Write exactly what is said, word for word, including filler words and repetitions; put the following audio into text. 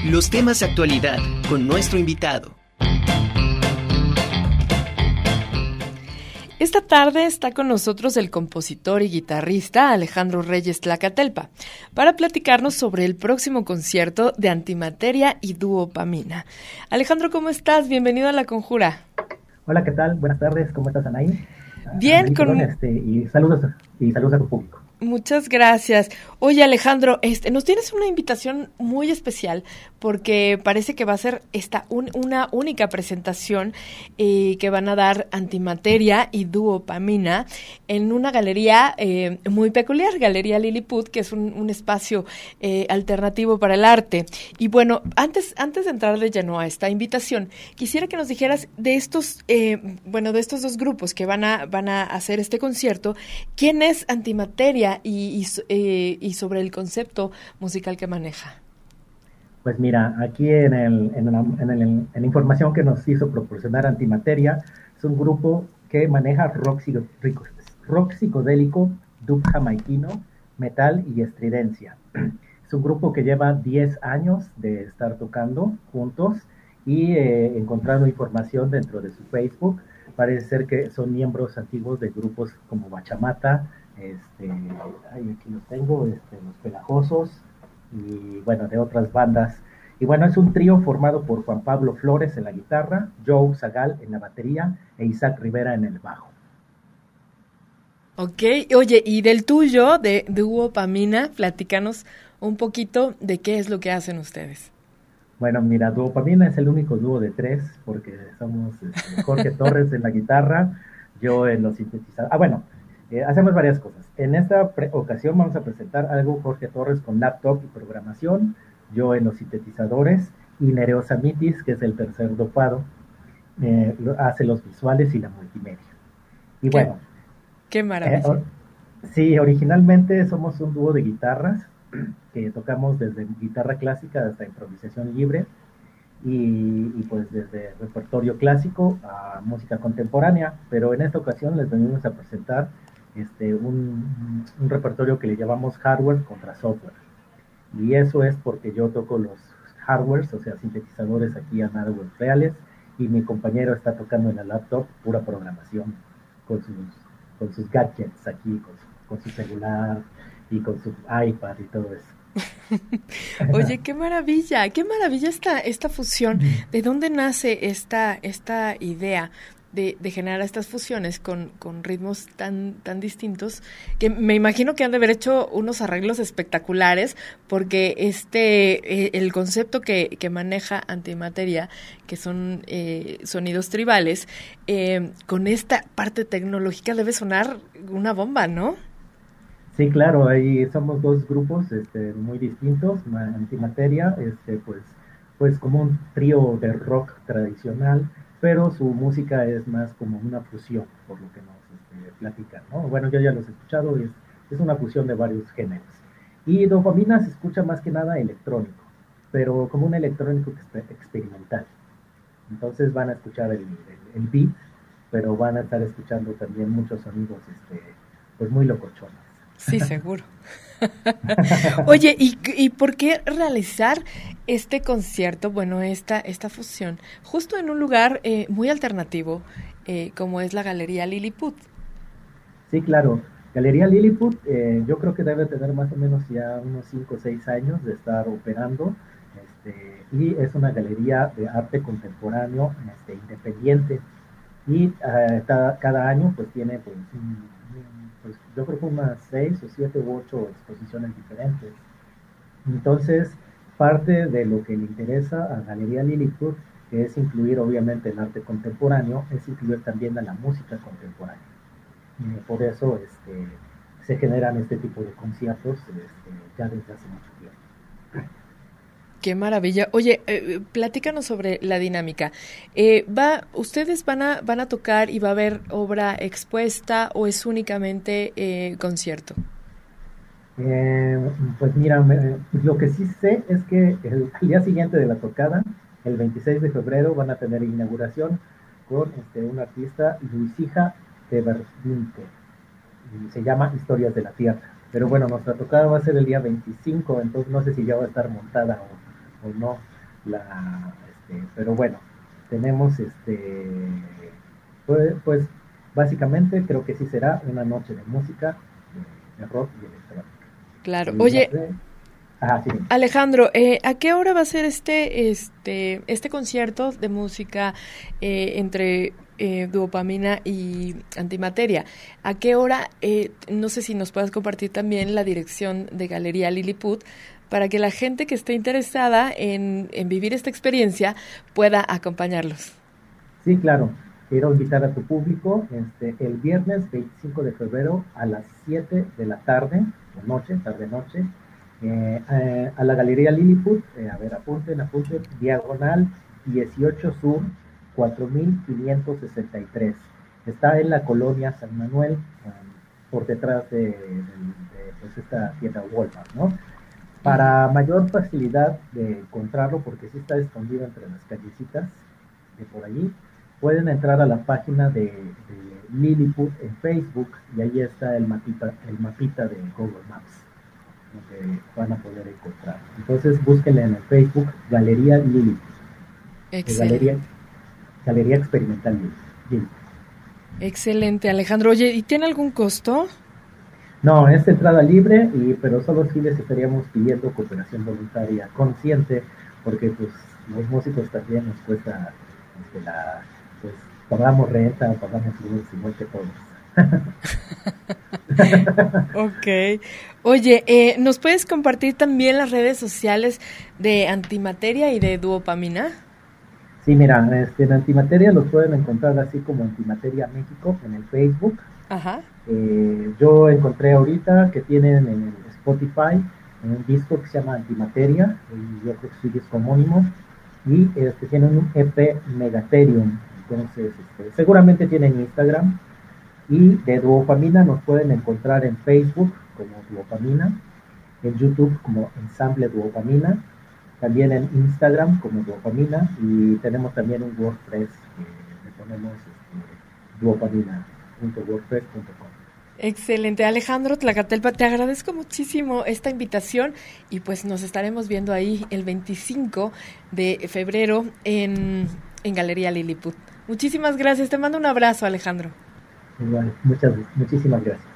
Los temas de actualidad con nuestro invitado. Esta tarde está con nosotros el compositor y guitarrista Alejandro Reyes Tlacatelpa para platicarnos sobre el próximo concierto de Antimateria y Duopamina. Alejandro, ¿cómo estás? Bienvenido a La Conjura. Hola, ¿qué tal? Buenas tardes, ¿cómo estás, Anaí? Bien, Anaí, con... perdón, este, y saludos y saludos a tu público. Muchas gracias. Oye, Alejandro, este, nos tienes una invitación muy especial porque parece que va a ser esta un, una única presentación eh, que van a dar Antimateria y Duopamina en una galería eh, muy peculiar, Galería Lilliput, que es un, un espacio eh, alternativo para el arte. Y bueno, antes antes de entrar de lleno a esta invitación, quisiera que nos dijeras de estos, eh, bueno, de estos dos grupos que van a van a hacer este concierto, ¿quién es Antimateria Y, y, eh, y sobre el concepto musical que maneja? Pues mira, aquí en, el, en, la, en, el, en la información que nos hizo proporcionar Antimateria, es un grupo que maneja rock, rock psicodélico, dub jamaiquino, metal y estridencia. Es un grupo que lleva diez años de estar tocando juntos y eh, encontrando información dentro de su Facebook. Parece ser que son miembros antiguos de grupos como Bachamata, Este, ay, aquí los tengo, este, Los Pegajosos y bueno, de otras bandas. Y bueno, es un trío formado por Juan Pablo Flores en la guitarra, Joe Zagal en la batería e Isaac Rivera en el bajo. Ok, oye, y del tuyo, de Duopamina, platícanos un poquito de qué es lo que hacen ustedes. Bueno, mira, Duopamina es el único dúo de tres, porque somos este, Jorge Torres en la guitarra, yo en los sintetizadores. Ah, bueno, Eh, hacemos varias cosas. En esta pre- ocasión vamos a presentar algo Jorge Torres con laptop y programación, yo en los sintetizadores, y Nereo Samitis, que es el tercer dopado, eh, lo- hace los visuales y la multimedia. Y Qué, bueno, qué eh, maravilla. or- sí, originalmente somos un dúo de guitarras que tocamos desde guitarra clásica hasta improvisación libre y, y pues desde repertorio clásico a música contemporánea, pero en esta ocasión les venimos a presentar este, un, un repertorio que le llamamos hardware contra software. Y eso es porque yo toco los hardwares, o sea, sintetizadores aquí análogos reales, y mi compañero está tocando en la laptop pura programación con sus, con sus gadgets aquí, con su, con su celular y con su iPad y todo eso. Oye, qué maravilla, qué maravilla esta, esta fusión. ¿De dónde nace esta, esta idea de, de generar estas fusiones con, con ritmos tan, tan distintos? Que me imagino que han de haber hecho unos arreglos espectaculares, porque este, eh, el concepto que, que maneja Antimateria, que son eh, sonidos tribales, eh, con esta parte tecnológica debe sonar una bomba, ¿no? Sí, claro, ahí somos dos grupos este, muy distintos. Antimateria, este, pues, pues como un trío de rock tradicional, pero su música es más como una fusión, por lo que nos este, platican, ¿no? Bueno, yo ya los he escuchado y es, es una fusión de varios géneros. Y Dopamina se escucha más que nada electrónico, pero como un electrónico exper- experimental. Entonces van a escuchar el, el, el beat, pero van a estar escuchando también muchos sonidos este, pues muy locochones. Sí, seguro. Oye, ¿y, ¿y por qué realizar este concierto, bueno, esta, esta fusión, justo en un lugar eh, muy alternativo, eh, como es la Galería Lilliput? Sí, claro. Galería Lilliput, eh, yo creo que debe tener más o menos ya unos cinco o seis años de estar operando, este, y es una galería de arte contemporáneo este, independiente. Y uh, cada, cada año pues tiene pues, un, pues yo creo que unas seis o siete u ocho exposiciones diferentes. Entonces, parte de lo que le interesa a Galería Lilliput, que es incluir obviamente el arte contemporáneo, es incluir también a la música contemporánea. Y por eso este, se generan este tipo de conciertos este, ya desde hace mucho tiempo. Qué maravilla. Oye, eh, platícanos sobre la dinámica. Eh, va, ¿ustedes van a, van a tocar y va a haber obra expuesta o es únicamente eh, concierto? Eh, pues mira, me, lo que sí sé es que el, el día siguiente de la tocada, el veintiséis de febrero, van a tener inauguración con este, un artista, Luisija de Berlinte, y se llama Historias de la Tierra. Pero bueno, nuestra tocada va a ser el día veinticinco, entonces no sé si ya va a estar montada o, o no. La, este, pero bueno, tenemos este, pues, pues básicamente creo que sí será una noche de música, de, de rock y electrónica. Claro. Y Oye, no sé, ajá, sí. Alejandro, eh, ¿a qué hora va a ser este este este concierto de música eh, entre eh, Duopamina y Antimateria? ¿A qué hora? Eh, no sé si nos puedas compartir también la dirección de Galería Lilliput para que la gente que esté interesada en, en vivir esta experiencia pueda acompañarlos. Sí, claro. Quiero invitar a tu público este, el viernes veinticinco de febrero a las siete de la tarde, o noche, tarde-noche, eh, eh, a la Galería Lilliput, eh, a ver, apunten, apunten, diagonal dieciocho Sur, cuatro mil quinientos sesenta y tres. Está en la colonia San Manuel, um, por detrás de, de, de pues, esta tienda Walmart, ¿no? Para mayor facilidad de encontrarlo, porque sí está escondido entre las callecitas de por allí, pueden entrar a la página de, de Lilliput en Facebook y ahí está el mapita, el mapita de Google Maps, donde van a poder encontrar. Entonces búsquenle en el Facebook Galería Lilliput, Galería, Galería Experimental Lilliput. Excelente, Alejandro. Oye, ¿y tiene algún costo? No, es entrada libre, y, pero solo sí les estaríamos pidiendo cooperación voluntaria consciente, porque pues los músicos también nos cuesta, este, la, pues pagamos renta, pagamos luz, igual que todos. Ok. Oye, eh, ¿nos puedes compartir también las redes sociales de Antimateria y de Duopamina? Sí, mira, este, en Antimateria los pueden encontrar así como Antimateria México en el Facebook. Ajá. Eh, yo encontré ahorita que tienen en el Spotify un disco que se llama Antimateria, y yo creo que es su disco homónimo, y este, tienen un E P Megatherium. Entonces, este, seguramente tienen Instagram. Y de Duopamina nos pueden encontrar en Facebook como Duopamina, en YouTube como Ensamble Duopamina, también en Instagram como Duopamina, y tenemos también un WordPress que le ponemos este, duopamina punto wordpress punto com. Excelente, Alejandro Tlacatelpa, te agradezco muchísimo esta invitación y pues nos estaremos viendo ahí el veinticinco de febrero en, en Galería Lilliput. Muchísimas gracias, te mando un abrazo, Alejandro. Igual, muchas, muchísimas gracias.